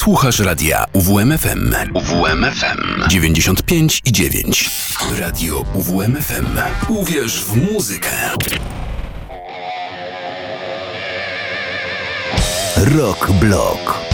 Słuchasz radia UWMFM. UWMFM 95,9. Radio UWMFM. Uwierz w muzykę. Rock Block.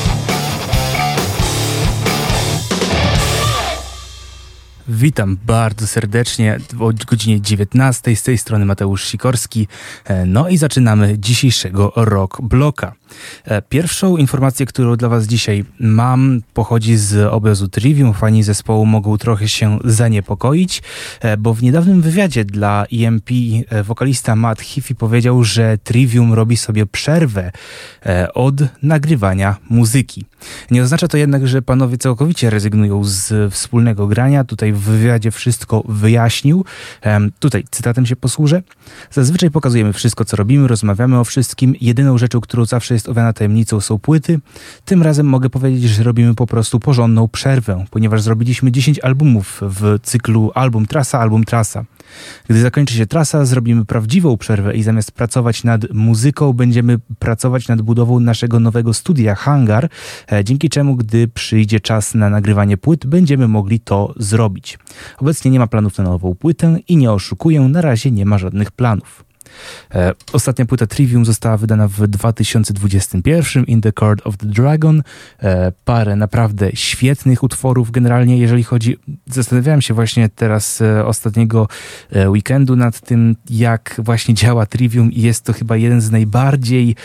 Witam bardzo serdecznie o godzinie 19. Z tej strony Mateusz Sikorski. No i zaczynamy dzisiejszego Rock Blocka. Pierwszą informację, którą dla Was dzisiaj mam, pochodzi z obozu Trivium. Fani zespołu mogą trochę się zaniepokoić, bo w niedawnym wywiadzie dla EMP wokalista Matt Heafy powiedział, że Trivium robi sobie przerwę od nagrywania muzyki. Nie oznacza to jednak, że panowie całkowicie rezygnują z wspólnego grania. Tutaj w wywiadzie wszystko wyjaśnił. Tutaj cytatem się posłużę. Zazwyczaj pokazujemy wszystko, co robimy, rozmawiamy o wszystkim. Jedyną rzeczą, którą zawsze jest owiana tajemnicą, są płyty. Tym razem mogę powiedzieć, że robimy po prostu porządną przerwę, ponieważ zrobiliśmy 10 albumów w cyklu album trasa. Gdy zakończy się trasa, zrobimy prawdziwą przerwę i zamiast pracować nad muzyką, będziemy pracować nad budową naszego nowego studia Hangar, dzięki czemu, gdy przyjdzie czas na nagrywanie płyt, będziemy mogli to zrobić. Obecnie nie ma planów na nową płytę i nie oszukuję, na razie nie ma żadnych planów. Ostatnia płyta Trivium została wydana w 2021, In the Court of the Dragon. Parę naprawdę świetnych utworów generalnie, jeżeli chodzi... Zastanawiałem się właśnie teraz ostatniego weekendu nad tym, jak właśnie działa Trivium i jest to chyba jeden z najbardziej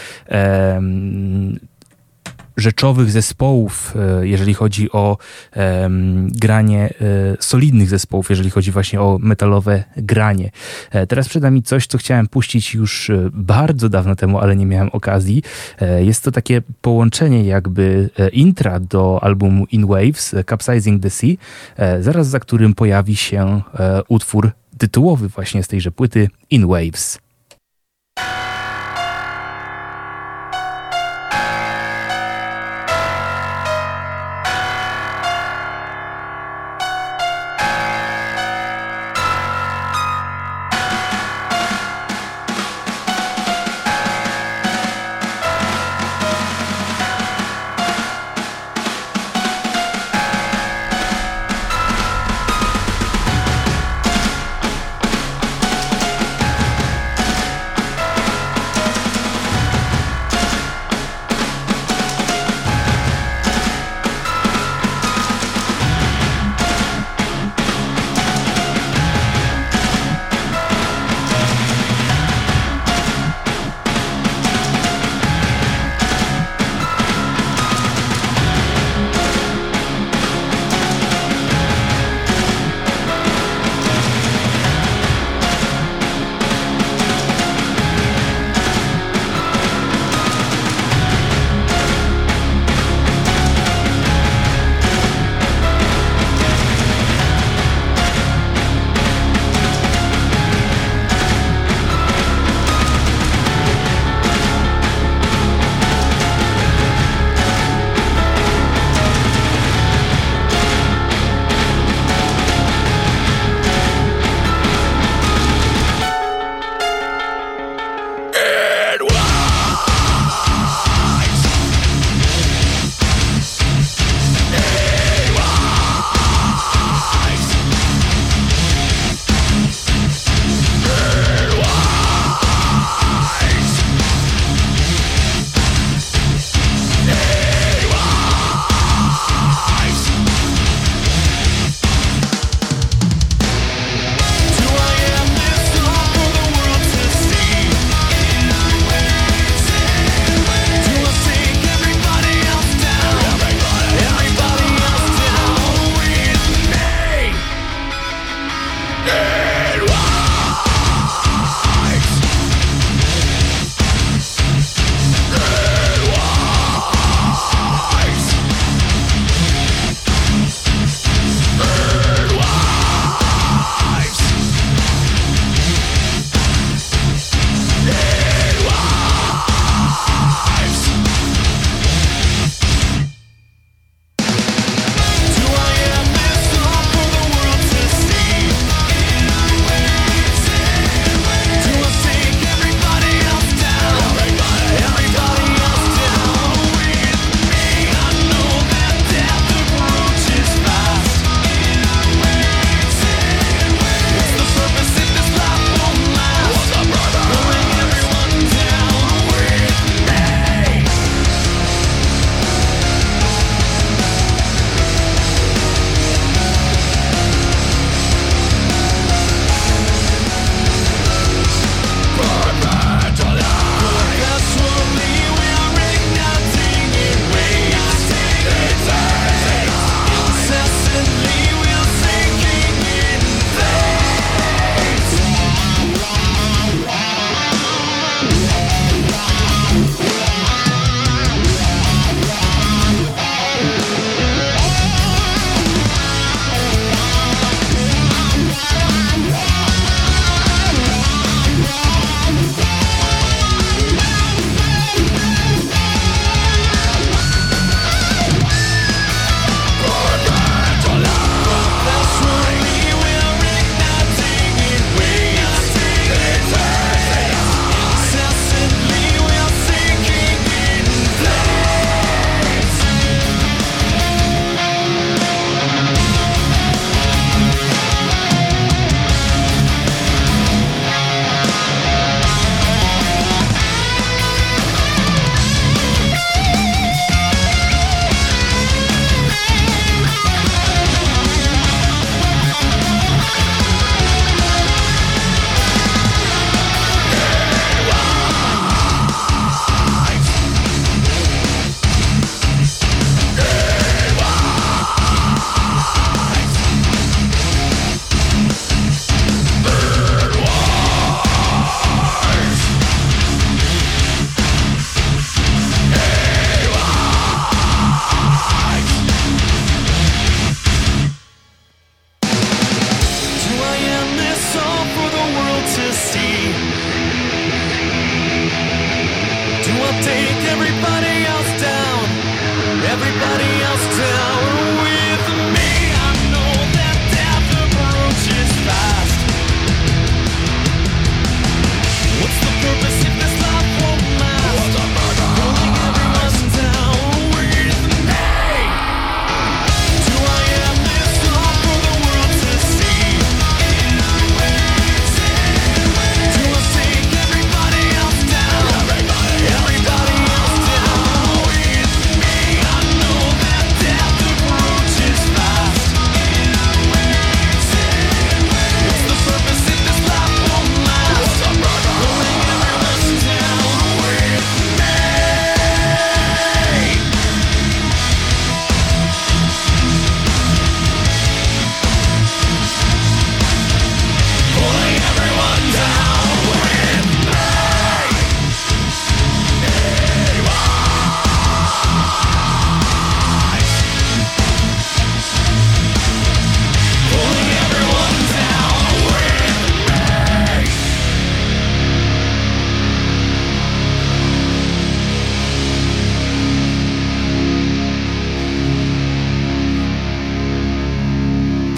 rzeczowych zespołów, jeżeli chodzi o granie, solidnych zespołów, jeżeli chodzi właśnie o metalowe granie. Teraz przed nami coś, co chciałem puścić już bardzo dawno temu, ale nie miałem okazji. Jest to takie połączenie jakby intra do albumu In Waves, Capsizing the Sea, zaraz za którym pojawi się utwór tytułowy właśnie z tejże płyty, In Waves.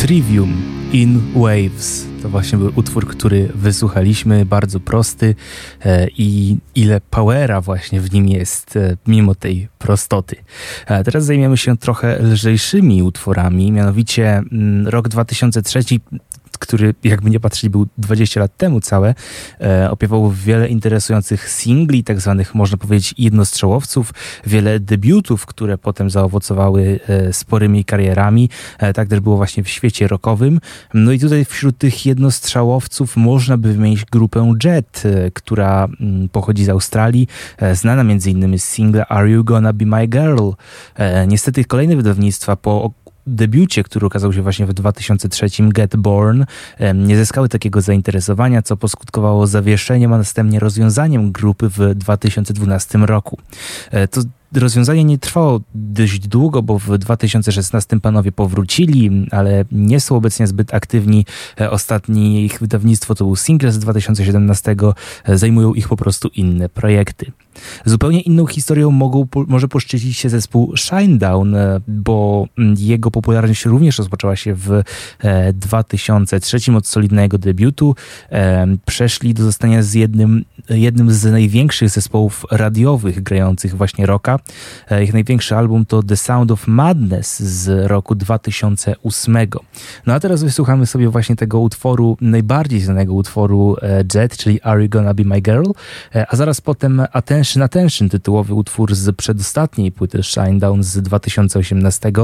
Trivium in Waves. To właśnie był utwór, który wysłuchaliśmy, bardzo prosty i ile powera właśnie w nim jest, mimo tej prostoty. Teraz zajmiemy się trochę lżejszymi utworami, mianowicie rok 2003, który jakby nie patrzeć był 20 lat temu całe, opiewał wiele interesujących singli, tak zwanych można powiedzieć jednostrzałowców, wiele debiutów, które potem zaowocowały sporymi karierami. Tak też było właśnie w świecie rockowym. No i tutaj wśród tych jednostrzałowców można by wymienić grupę Jet, która pochodzi z Australii, znana między innymi z singla Are You Gonna Be My Girl? Niestety kolejne wydawnictwa po debiucie, który okazał się właśnie w 2003, Get Born, nie zyskały takiego zainteresowania, co poskutkowało zawieszeniem, a następnie rozwiązaniem grupy w 2012 roku. To rozwiązanie nie trwało dość długo, bo w 2016 panowie powrócili, ale nie są obecnie zbyt aktywni. Ostatnie ich wydawnictwo to był single z 2017, zajmują ich po prostu inne projekty. Zupełnie inną historią może poszczycić się zespół Shinedown, bo jego popularność również rozpoczęła się w 2003 od solidnego debiutu. Przeszli do zostania z jednym z największych zespołów radiowych grających właśnie rocka. Ich największy album to The Sound of Madness z roku 2008. No a teraz wysłuchamy sobie właśnie tego utworu, najbardziej znanego utworu Jet, czyli Are You Gonna Be My Girl, a zaraz potem Attention, tytułowy utwór z przedostatniej płyty Shinedown z 2018.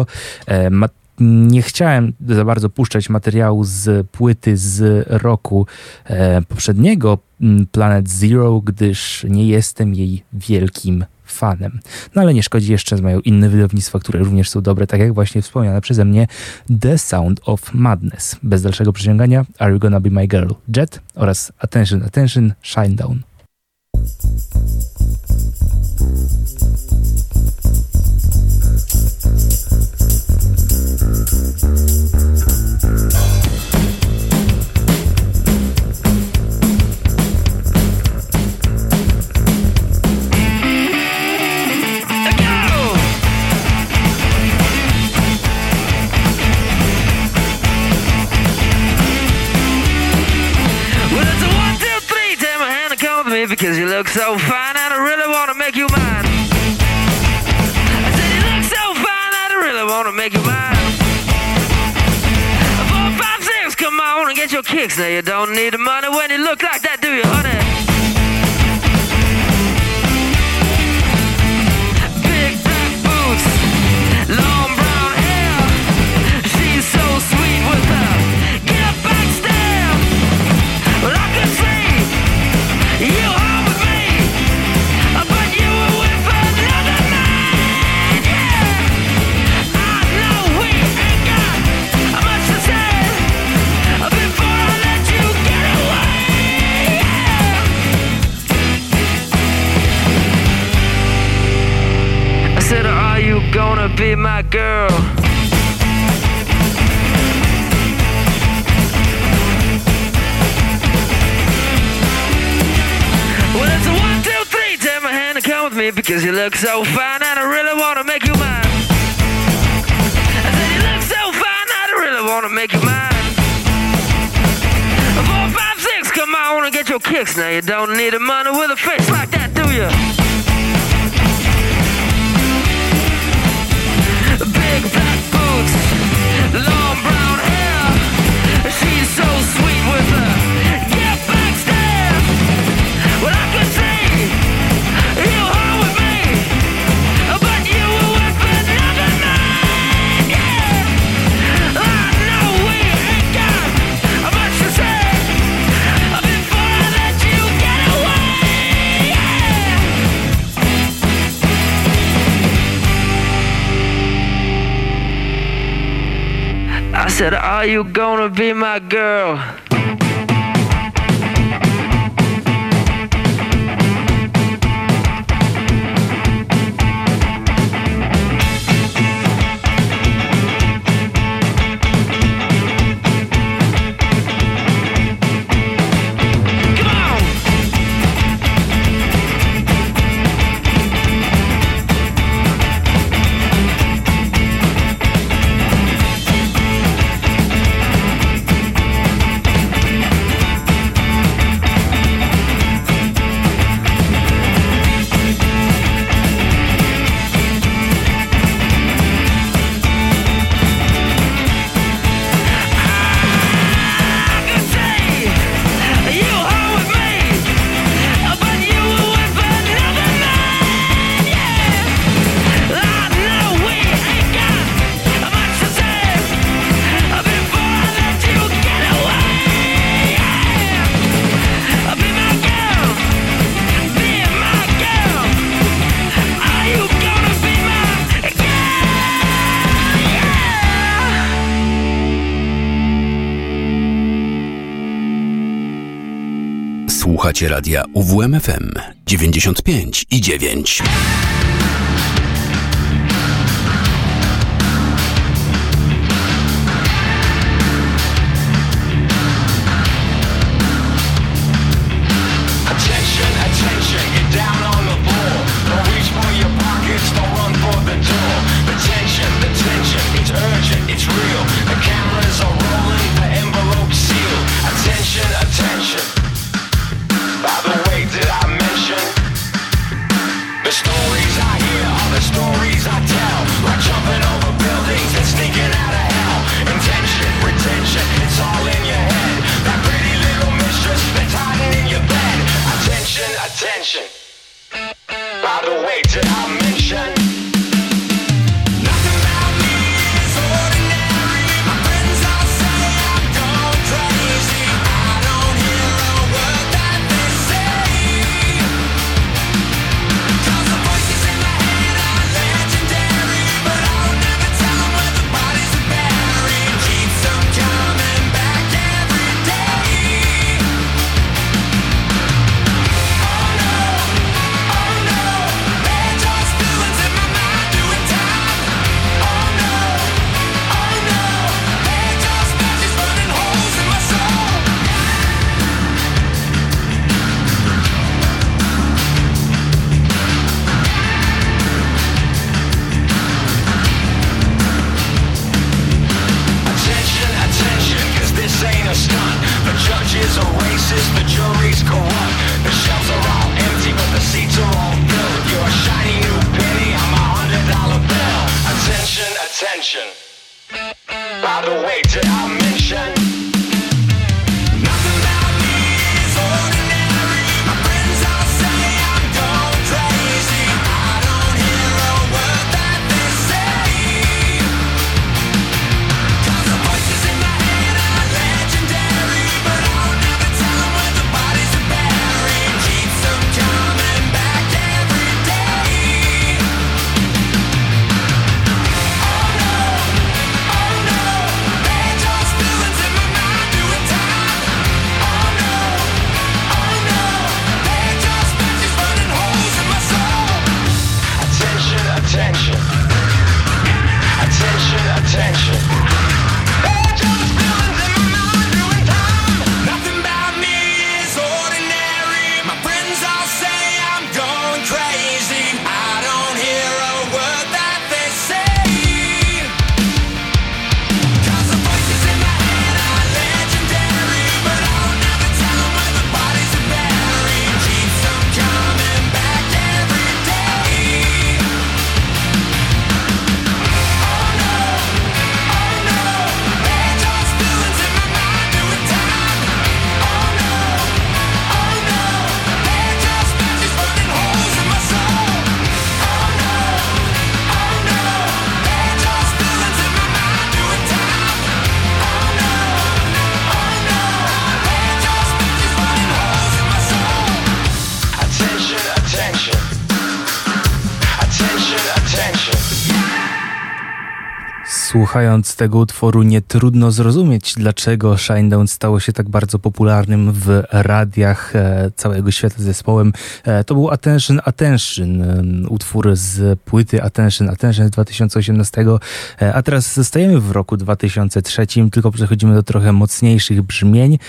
Nie chciałem za bardzo puszczać materiału z płyty z roku poprzedniego, Planet Zero, gdyż nie jestem jej wielkim fanem. No ale nie szkodzi, jeszcze mają inne wydawnictwa, które również są dobre, tak jak właśnie wspomniane przeze mnie The Sound of Madness. Bez dalszego przeciągania, Are You Gonna Be My Girl? Jet oraz Attention, Shinedown. Because you look so fine and I really wanna make you mine. I said you look so fine and I really wanna make you mine. 4, 5, 6, come on and get your kicks. Now you don't need the money when you look like that, do you, honey? Big black boots, long brown hair. She's so sweet with her get up back stare. Well, I could see you home with me, but you were with another man, yeah. I know we ain't got much to say before I let you get away, yeah. I said, are you gonna be my girl? Well, it's a 1, 2, 3, take my hand and come with me because you look so fine and I really wanna make you mine. I said you look so fine and I really wanna make you mine. 4, 5, 6, come on and get your kicks. Now you don't need the money with a face like that, do you? Big black boots, long brown hair. She's so sweet with her get back stare. Well, I could see you home with me, but you were with another man, yeah. I know we ain't got much to say before I let you get away, yeah. I said, are you gonna be my girl? Słuchacie radia UWMFM 95,9. Słuchając tego utworu nie trudno zrozumieć, dlaczego Shinedown stało się tak bardzo popularnym w radiach całego świata zespołem. To był Attention, utwór z płyty Attention z 2018, a teraz zostajemy w roku 2003, tylko przechodzimy do trochę mocniejszych brzmień.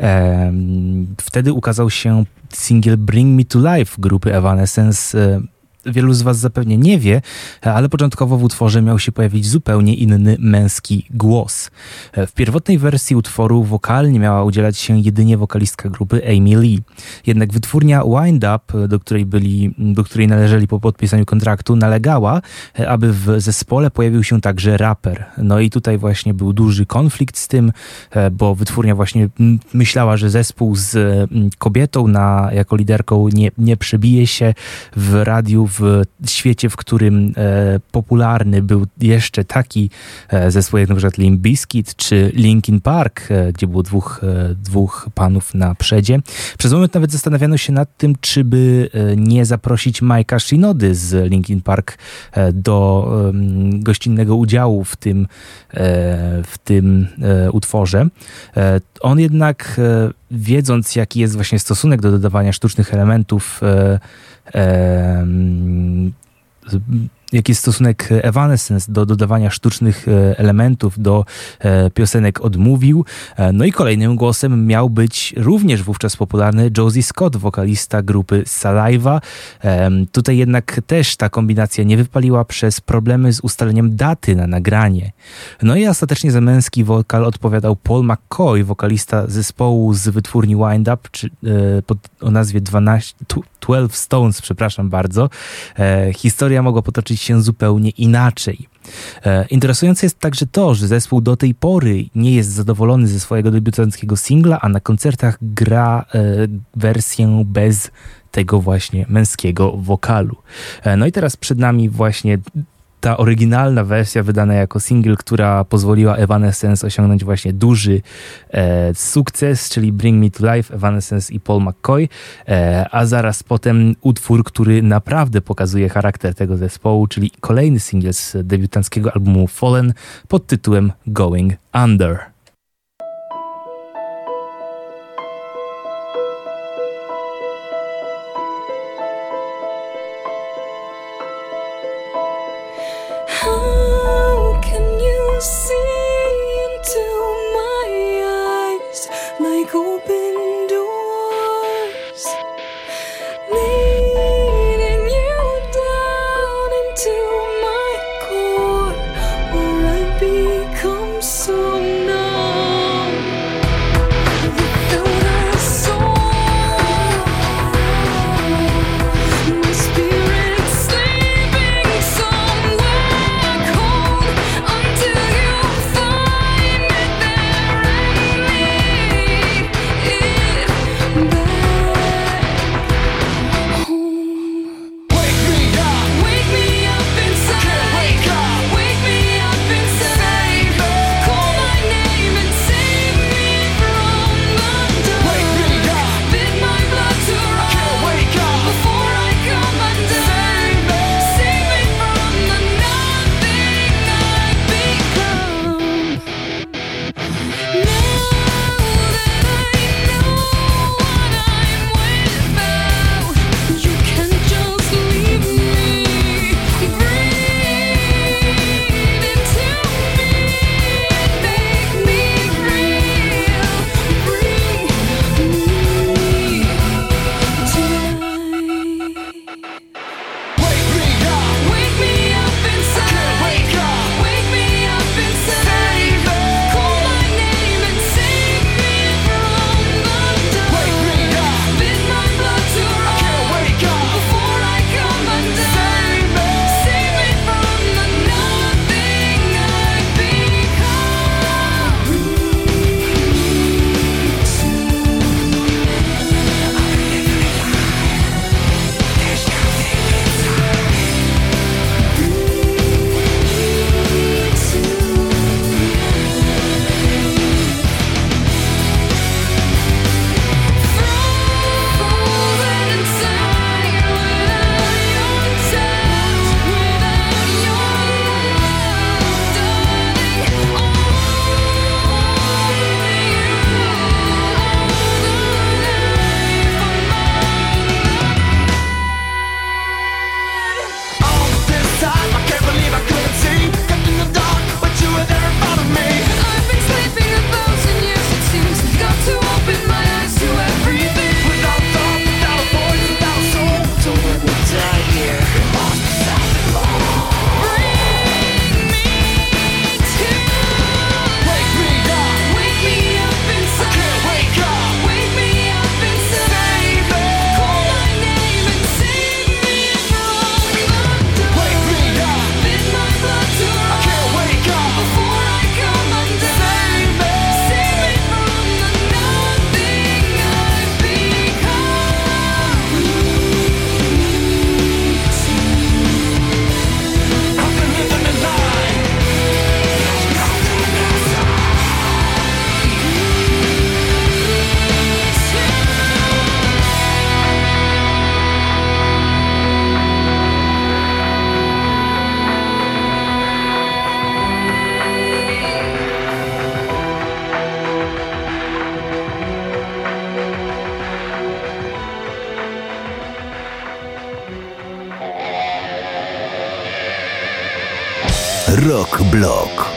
Wtedy ukazał się singiel Bring Me to Life grupy Evanescence. Wielu z was zapewne nie wie, ale początkowo w utworze miał się pojawić zupełnie inny męski głos. W pierwotnej wersji utworu wokalnie miała udzielać się jedynie wokalistka grupy Amy Lee. Jednak wytwórnia Wind Up, do której należeli po podpisaniu kontraktu, nalegała, aby w zespole pojawił się także raper. No i tutaj właśnie był duży konflikt z tym, bo wytwórnia właśnie myślała, że zespół z kobietą jako liderką nie przebije się w radiu, w świecie, w którym popularny był jeszcze taki zespół jak na przykład Limp Bizkit czy Linkin Park, gdzie było dwóch panów na przedzie. Przez moment nawet zastanawiano się nad tym, czy by nie zaprosić Mike'a Shinody z Linkin Park do gościnnego udziału w tym utworze. On jednak wiedząc jaki jest właśnie stosunek do dodawania sztucznych elementów, jaki jest stosunek Evanescence do dodawania sztucznych elementów do piosenek, odmówił. No i kolejnym głosem miał być również wówczas popularny Josie Scott, wokalista grupy Saliva. Tutaj jednak też ta kombinacja nie wypaliła przez problemy z ustaleniem daty na nagranie. No i ostatecznie za męski wokal odpowiadał Paul McCoy, wokalista zespołu z wytwórni Wind Up, o nazwie 12 Stones, przepraszam bardzo. Historia mogła potoczyć się zupełnie inaczej. Interesujące jest także to, że zespół do tej pory nie jest zadowolony ze swojego debiutanckiego singla, a na koncertach gra wersję bez tego właśnie męskiego wokalu. No i teraz przed nami właśnie ta oryginalna wersja wydana jako single, która pozwoliła Evanescence osiągnąć właśnie duży sukces, czyli Bring Me to Life, Evanescence i Paul McCoy, a zaraz potem utwór, który naprawdę pokazuje charakter tego zespołu, czyli kolejny single z debiutanckiego albumu Fallen pod tytułem Going Under. How can you see into my eyes like open doors, leading you down into my core, where I become so numb? Rock Block.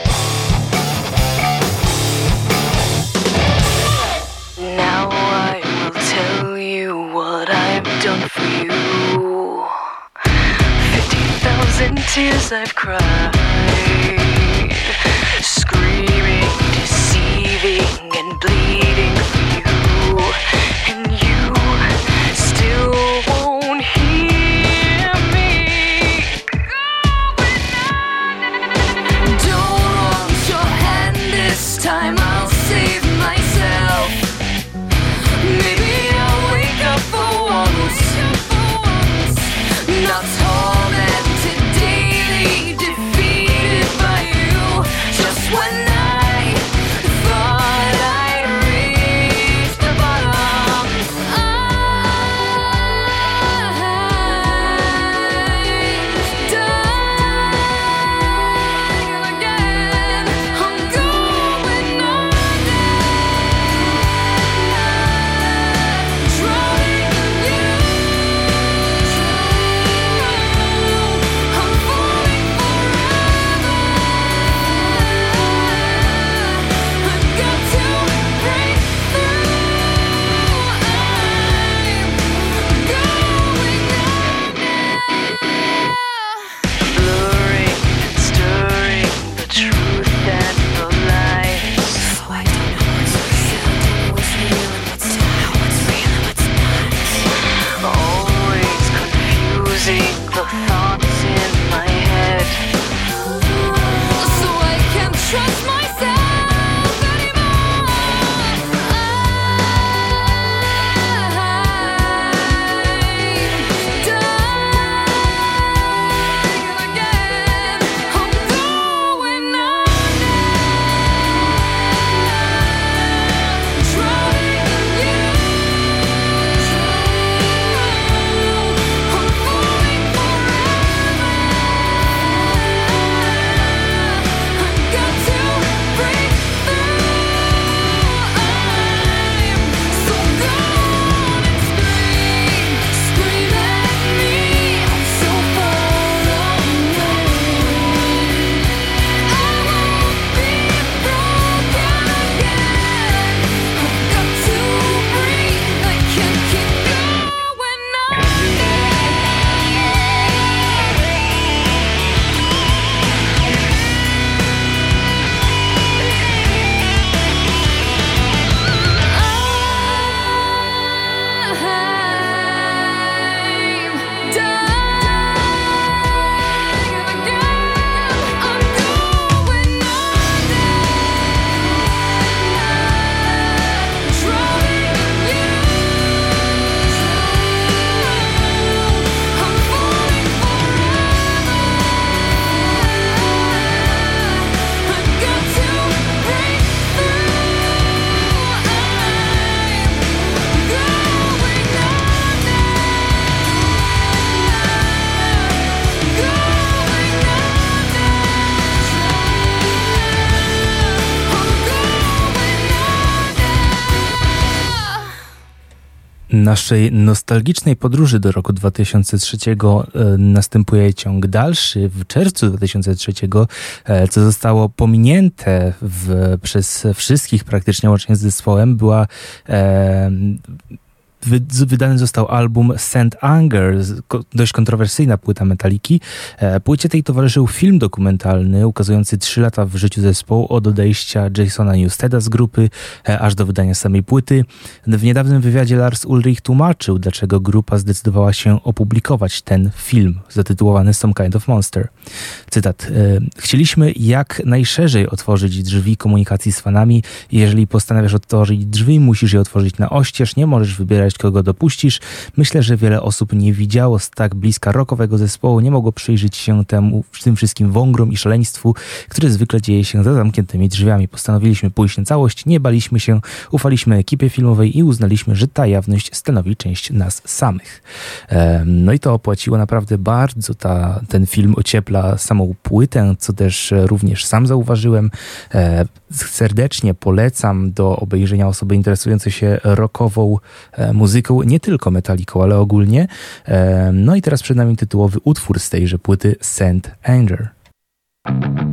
Now I will tell you what I've done for you. 50,000 tears I've cried, screaming, deceiving, and bleeding for you. And you still won't hear me. Don't want your hand this time, I'll save myself. Maybe I'll wake up for once, not tormented, daily defeated by you. Just when I thought I'd reached the bottom, I'm dying again. I'm going under, drowning in you. I'm falling forever. I've got to break through. I'm going under. Blurring and stirring the truth and the lies. So I don't know what's real and what's not. What's real and what's not. Always confusing the thoughts in my head. So I can't trust myself anymore. I'm dying again. I'm going under, drowning in you. I'm falling forever. I've got to break through. I'm so gone and scream at me. I'm so far away. I won't be broken again. I've got to breathe. I can't keep going Naszej nostalgicznej podróży do roku 2003 następuje ciąg dalszy w czerwcu 2003, co zostało pominięte przez wszystkich praktycznie łącznie z zespołem, była wydany został album St. Anger, dość kontrowersyjna płyta Metaliki. Płycie tej towarzyszył film dokumentalny ukazujący 3 lata w życiu zespołu od odejścia Jasona Newsteda z grupy aż do wydania samej płyty. W niedawnym wywiadzie Lars Ulrich tłumaczył, dlaczego grupa zdecydowała się opublikować ten film zatytułowany Some Kind of Monster. Cytat. Chcieliśmy jak najszerzej otworzyć drzwi komunikacji z fanami. Jeżeli postanawiasz otworzyć drzwi, musisz je otworzyć na oścież, nie możesz wybierać, kogo dopuścisz. Myślę, że wiele osób nie widziało z tak bliska rockowego zespołu, nie mogło przyjrzeć się tym wszystkim wągrom i szaleństwu, które zwykle dzieje się za zamkniętymi drzwiami. Postanowiliśmy pójść na całość, nie baliśmy się, ufaliśmy ekipie filmowej i uznaliśmy, że ta jawność stanowi część nas samych. No i to opłaciło naprawdę bardzo. Ten film ociepla samą płytę, co też również sam zauważyłem. Serdecznie polecam do obejrzenia osoby interesujące się rockową muzyką, nie tylko Metallicą, ale ogólnie. No i teraz przed nami tytułowy utwór z tejże płyty, St. Anger.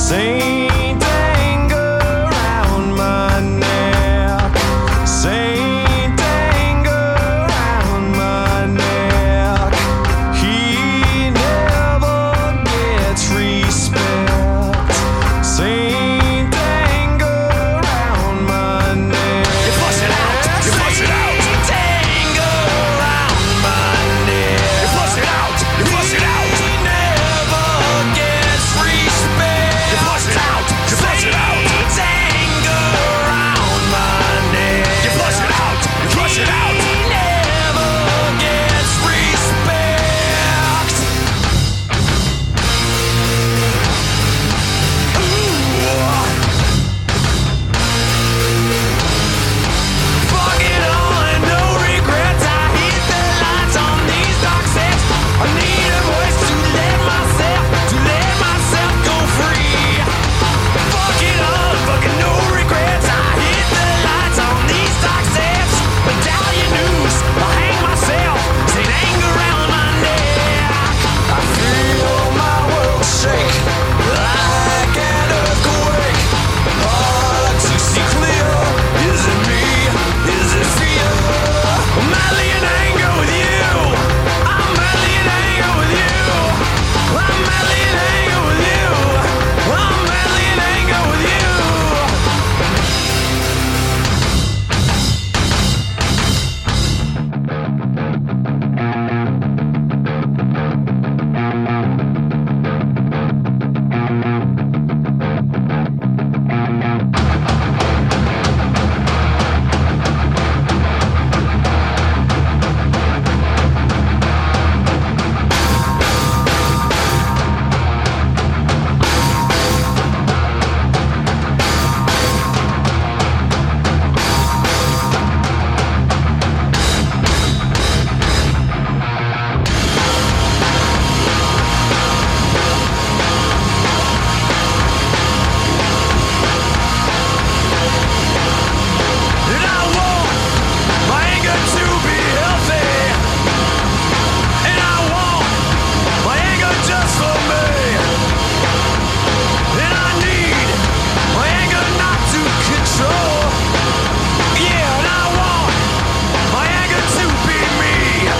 Saint anger round my neck, Saint anger round my neck. He never gets respect. Saint anger round my neck. You flush it out, you flush it out. Saint anger round my neck. You flush it out, you flush it out. He never gets respect. You flush it out, you flush it out. Saint anger round my neck. You flush it out, you flush it out. He never gets respect. Fuck it all and no regrets. I hit the lights on these dark sets. I need a voice to let myself go free. Fuck it all, fucking no regrets. I hit the lights on these dark sets. Medallion news, I hang myself. Saint anger around my neck. I feel my world shake like an earthquake. Hard to see clear. Is it me? Is it fear? I'm madly in anger with you. I'm madly in anger with you. I'm madly in anger with you. I'm madly in anger with you. And I want my anger to be healthy. And I want my anger just for me. And I need my anger not to control. Yeah, and I want my anger to be me.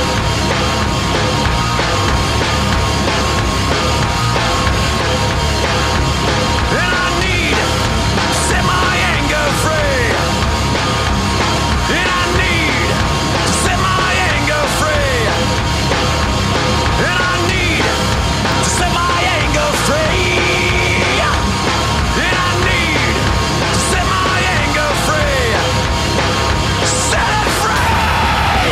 And I need to set my anger free. And I need to set my anger free. And I need to set my anger free. And I need to set my anger free. Set it free!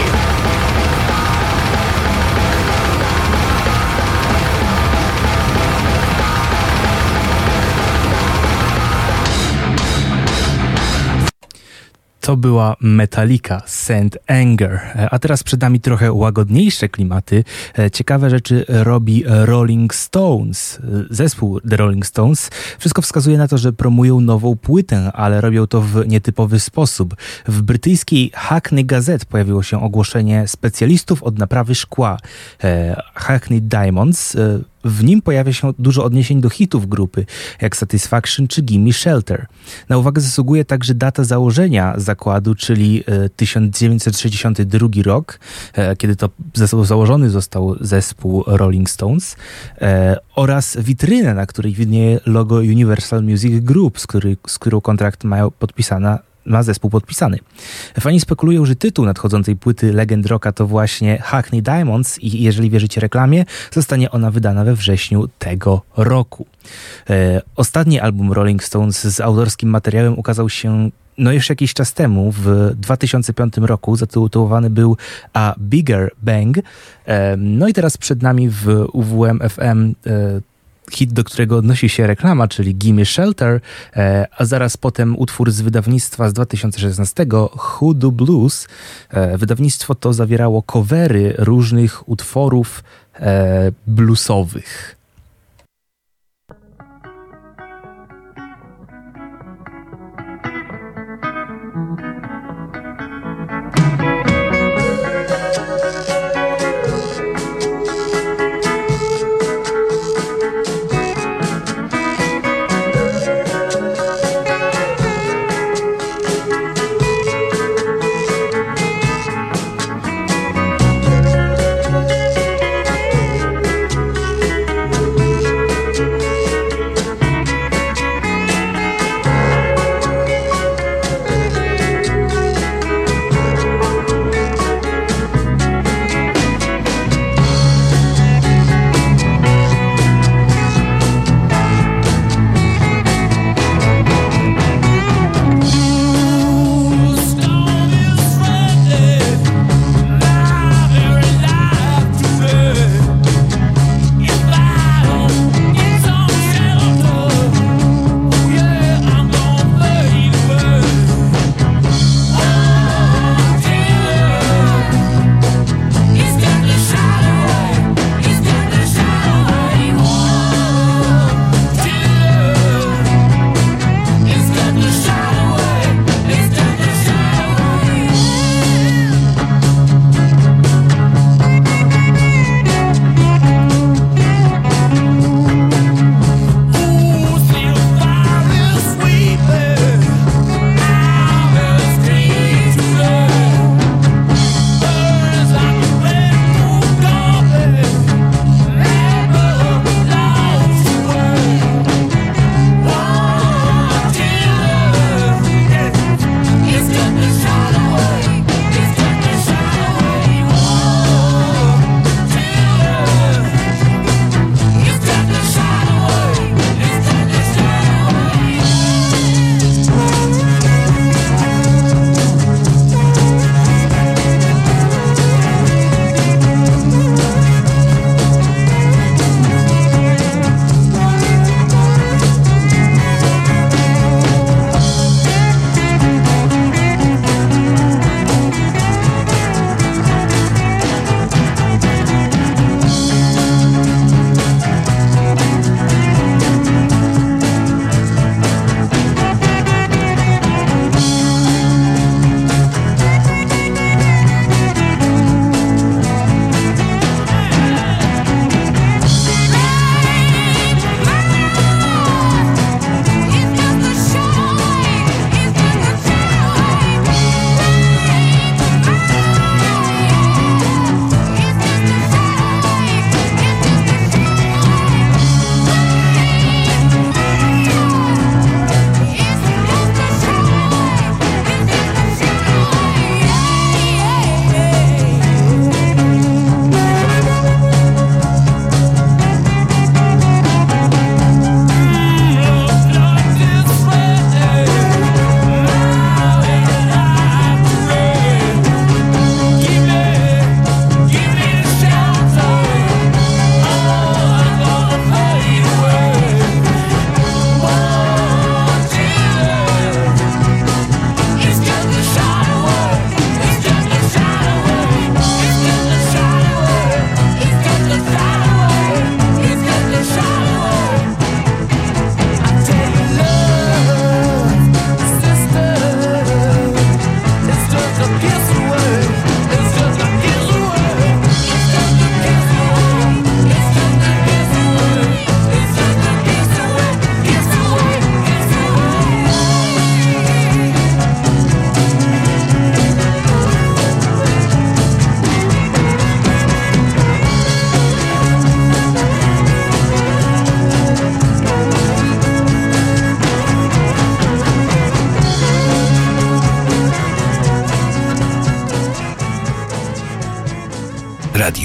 To była Metallica, Saint Anger. A teraz przed nami trochę łagodniejsze klimaty. Ciekawe rzeczy robi Rolling Stones, zespół The Rolling Stones. Wszystko wskazuje na to, że promują nową płytę, ale robią to w nietypowy sposób. W brytyjskiej Hackney Gazette pojawiło się ogłoszenie specjalistów od naprawy szkła. Hackney Diamonds. W nim pojawia się dużo odniesień do hitów grupy, jak Satisfaction czy Gimme Shelter. Na uwagę zasługuje także data założenia zakładu, czyli 1962 rok, kiedy to założony został zespół Rolling Stones, oraz witrynę, na której widnieje logo Universal Music Group, z którą kontrakt ma zespół podpisany. Fani spekulują, że tytuł nadchodzącej płyty Legend Rocka to właśnie Hackney Diamonds i jeżeli wierzycie reklamie, zostanie ona wydana we wrześniu tego roku. Ostatni album Rolling Stones z autorskim materiałem ukazał się już jakiś czas temu, w 2005 roku. Zatytułowany był A Bigger Bang. No i teraz przed nami w UWM FM hit, do którego odnosi się reklama, czyli Gimme Shelter, a zaraz potem utwór z wydawnictwa z 2016, Hoodoo Blues. Wydawnictwo to zawierało covery różnych utworów bluesowych.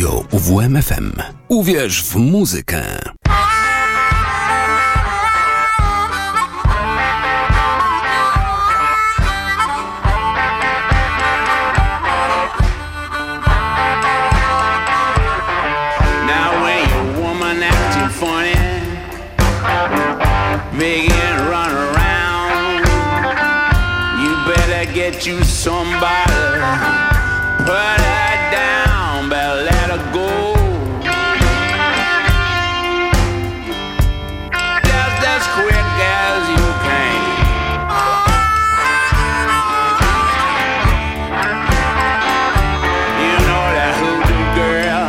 Radio UWMFM. Uwierz w muzykę. Get you somebody, put her down, better let her go. Just as quick as you can. You know that hoodoo girl,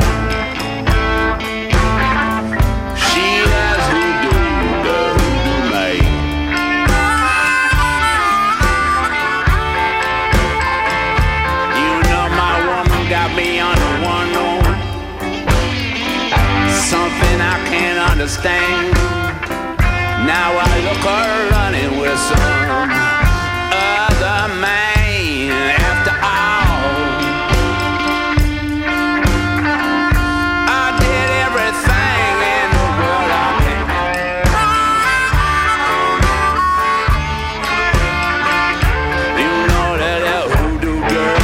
she does hoodoo, the hoodoo maid. Got me on the one note, something I can't understand. Now I look her running with some other man. After all, I did everything in the world I can. You know that hoodoo girl,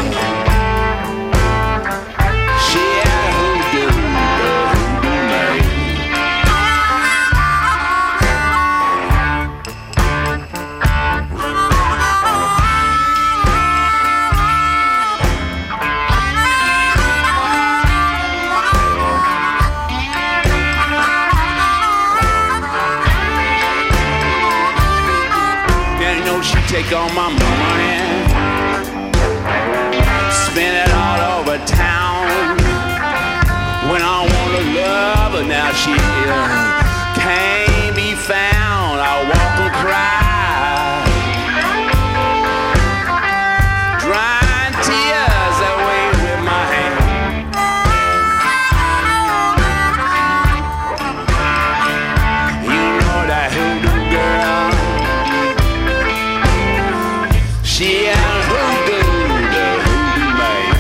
take all my money, spend it all over town. When I want to love her, now she can't be found. I walk and cry, drying tears away with my hand. You know that hoodoo girl, she and hoodoo, the hoodoo maid.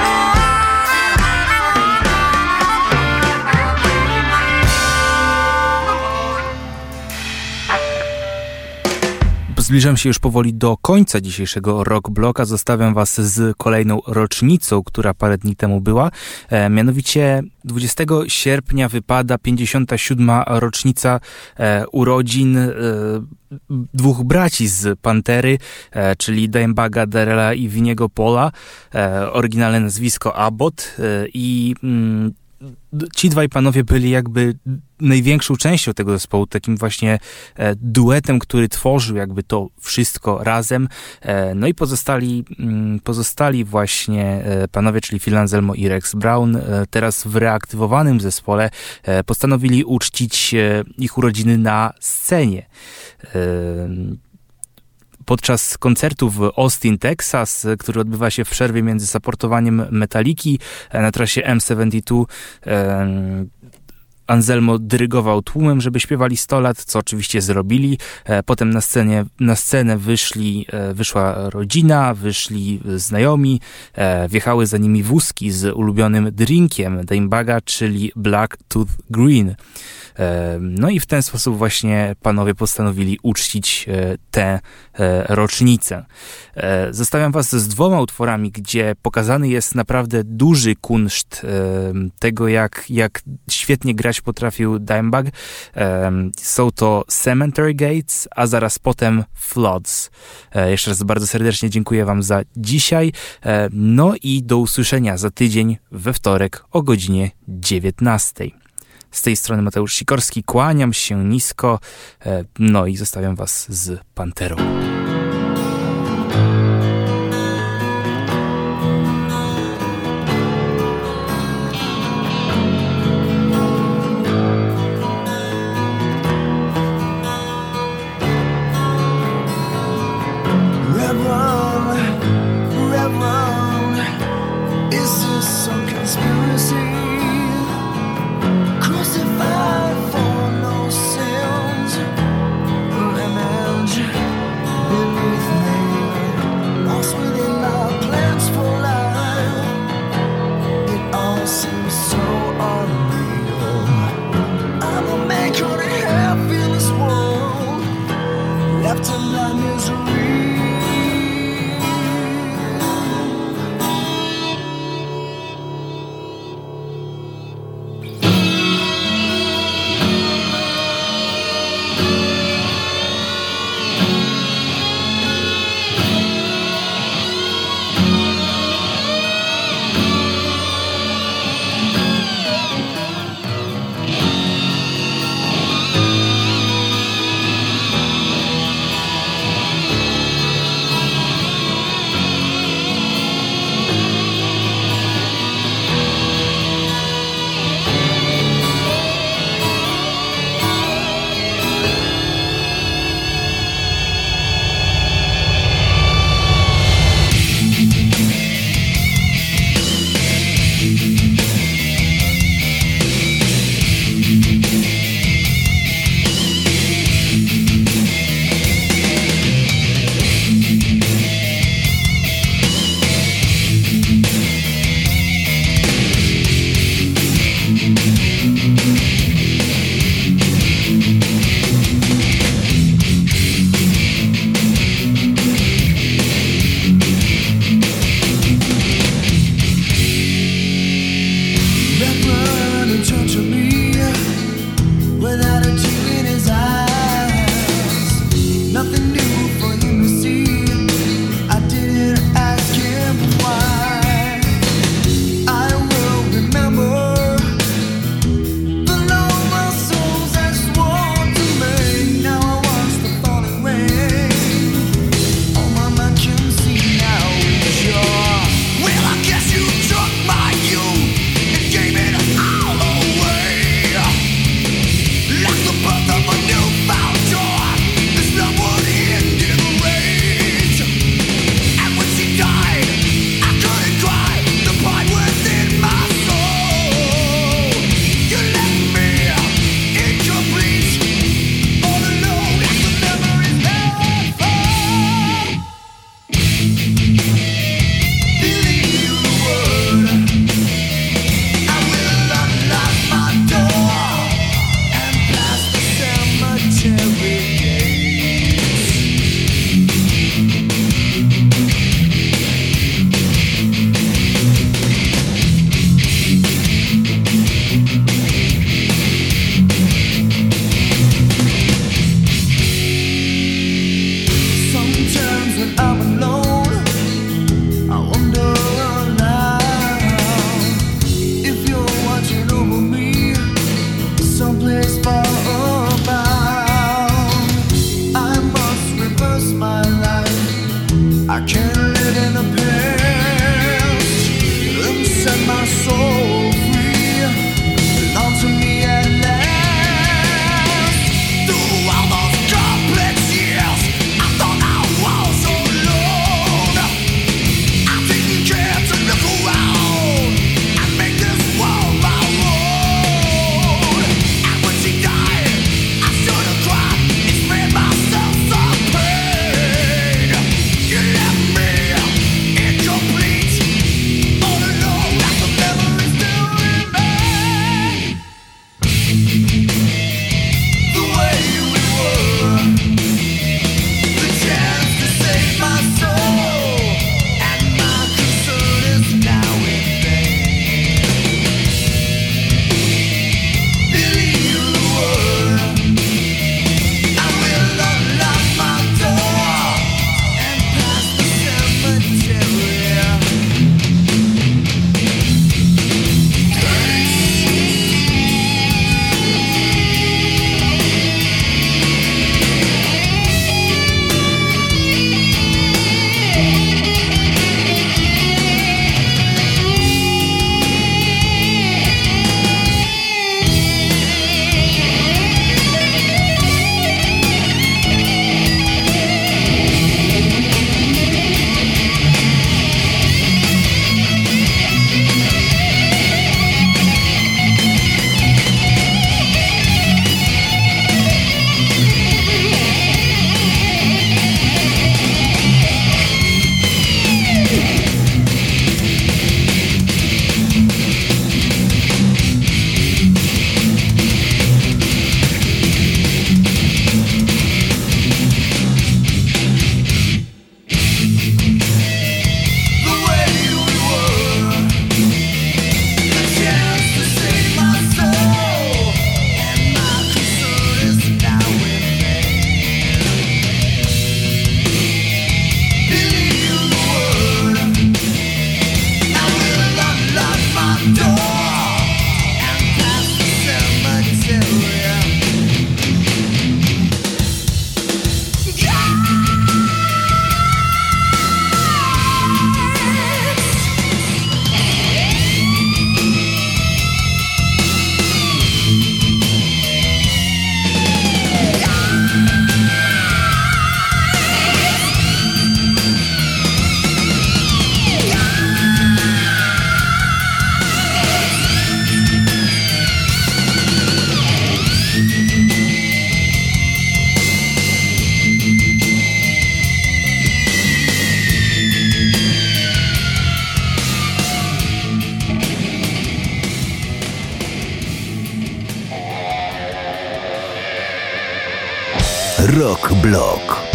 Zbliżam się już powoli do końca dzisiejszego Rock Bloka. Zostawiam was z kolejną rocznicą, która parę dni temu była. Mianowicie 20 sierpnia wypada 57. rocznica urodzin dwóch braci z Pantery, czyli Dimebaga Darrella i Viniego Paula. Oryginalne nazwisko Abbott i ci dwaj panowie byli jakby największą częścią tego zespołu, takim właśnie duetem, który tworzył jakby to wszystko razem. No i pozostali właśnie panowie, czyli Phil Anselmo i Rex Brown, teraz w reaktywowanym zespole postanowili uczcić ich urodziny na scenie. Podczas koncertu w Austin, Texas, który odbywa się w przerwie między supportowaniem Metaliki na trasie M72, Anselmo dyrygował tłumem, żeby śpiewali 100 lat, co oczywiście zrobili. Potem na scenę wyszła rodzina, wyszli znajomi, wjechały za nimi wózki z ulubionym drinkiem Dimebaga, czyli Black Tooth Green. No i w ten sposób właśnie panowie postanowili uczcić tę rocznicę. Zostawiam was z dwoma utworami, gdzie pokazany jest naprawdę duży kunszt tego, jak świetnie grać potrafił Dimebag. Są to Cemetery Gates, a zaraz potem Floods. Jeszcze raz bardzo serdecznie dziękuję wam za dzisiaj. No i do usłyszenia za tydzień we wtorek o godzinie 19. Z tej strony Mateusz Sikorski, kłaniam się nisko, no i zostawiam was z Panterą. Reverend, is this some conspiracy? Crucified for no sins, image to my misery. Rock Block.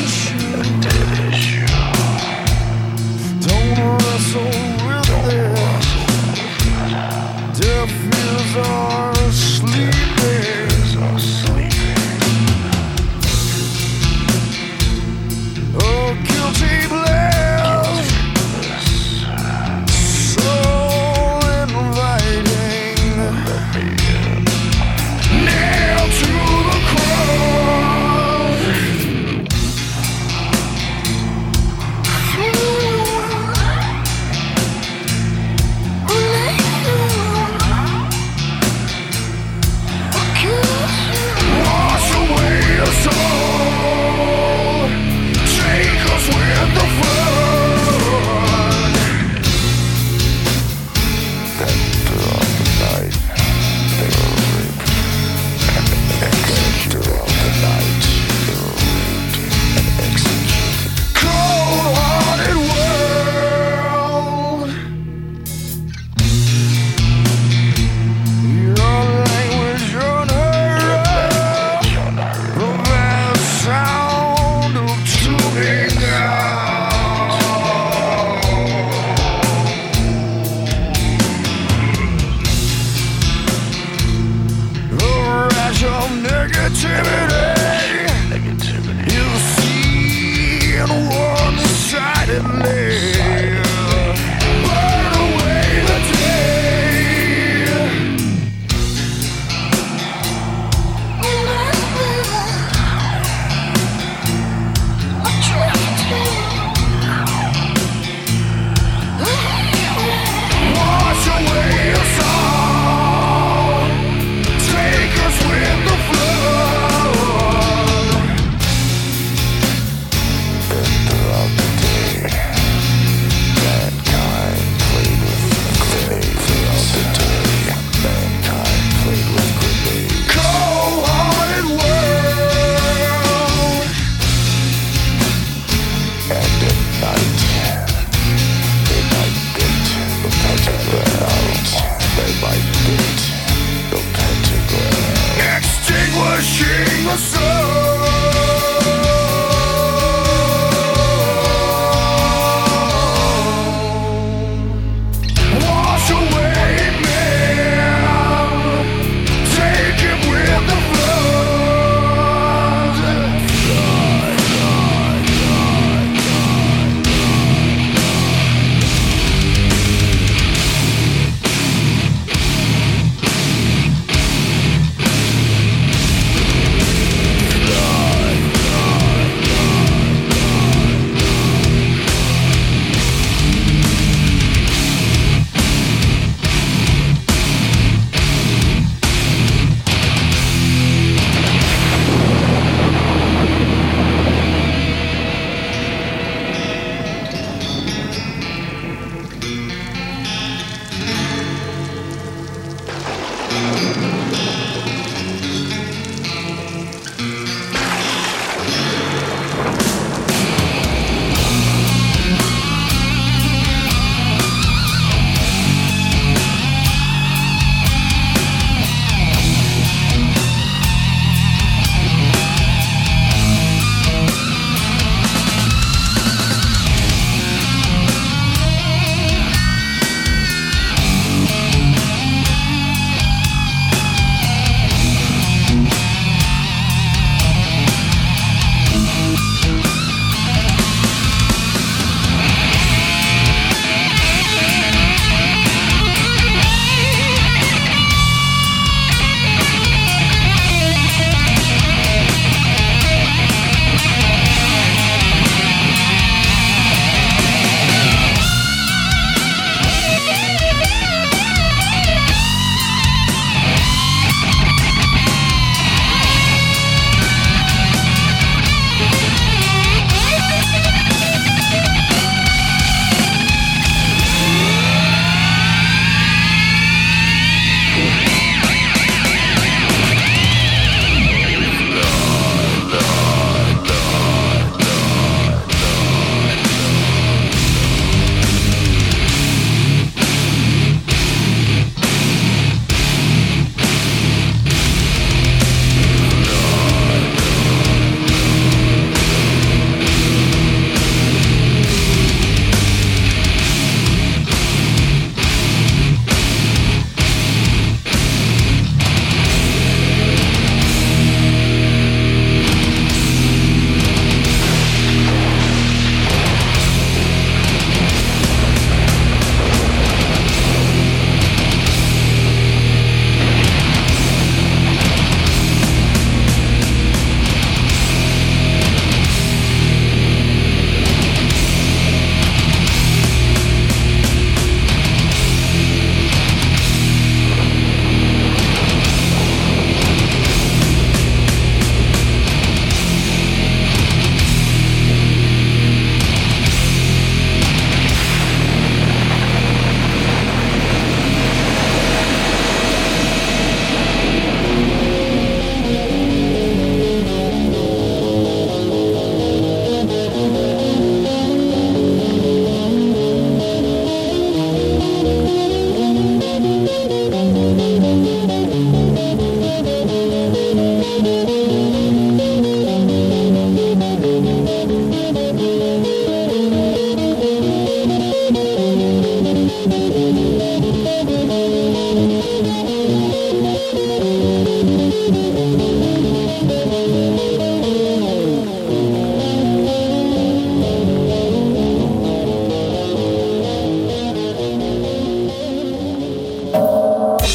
Don't wrestle with it.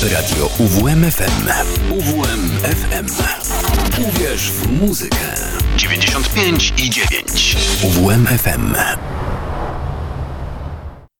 Radio UWMFM. UWMFM. Uwierz w muzykę. 95,9. UWMFM.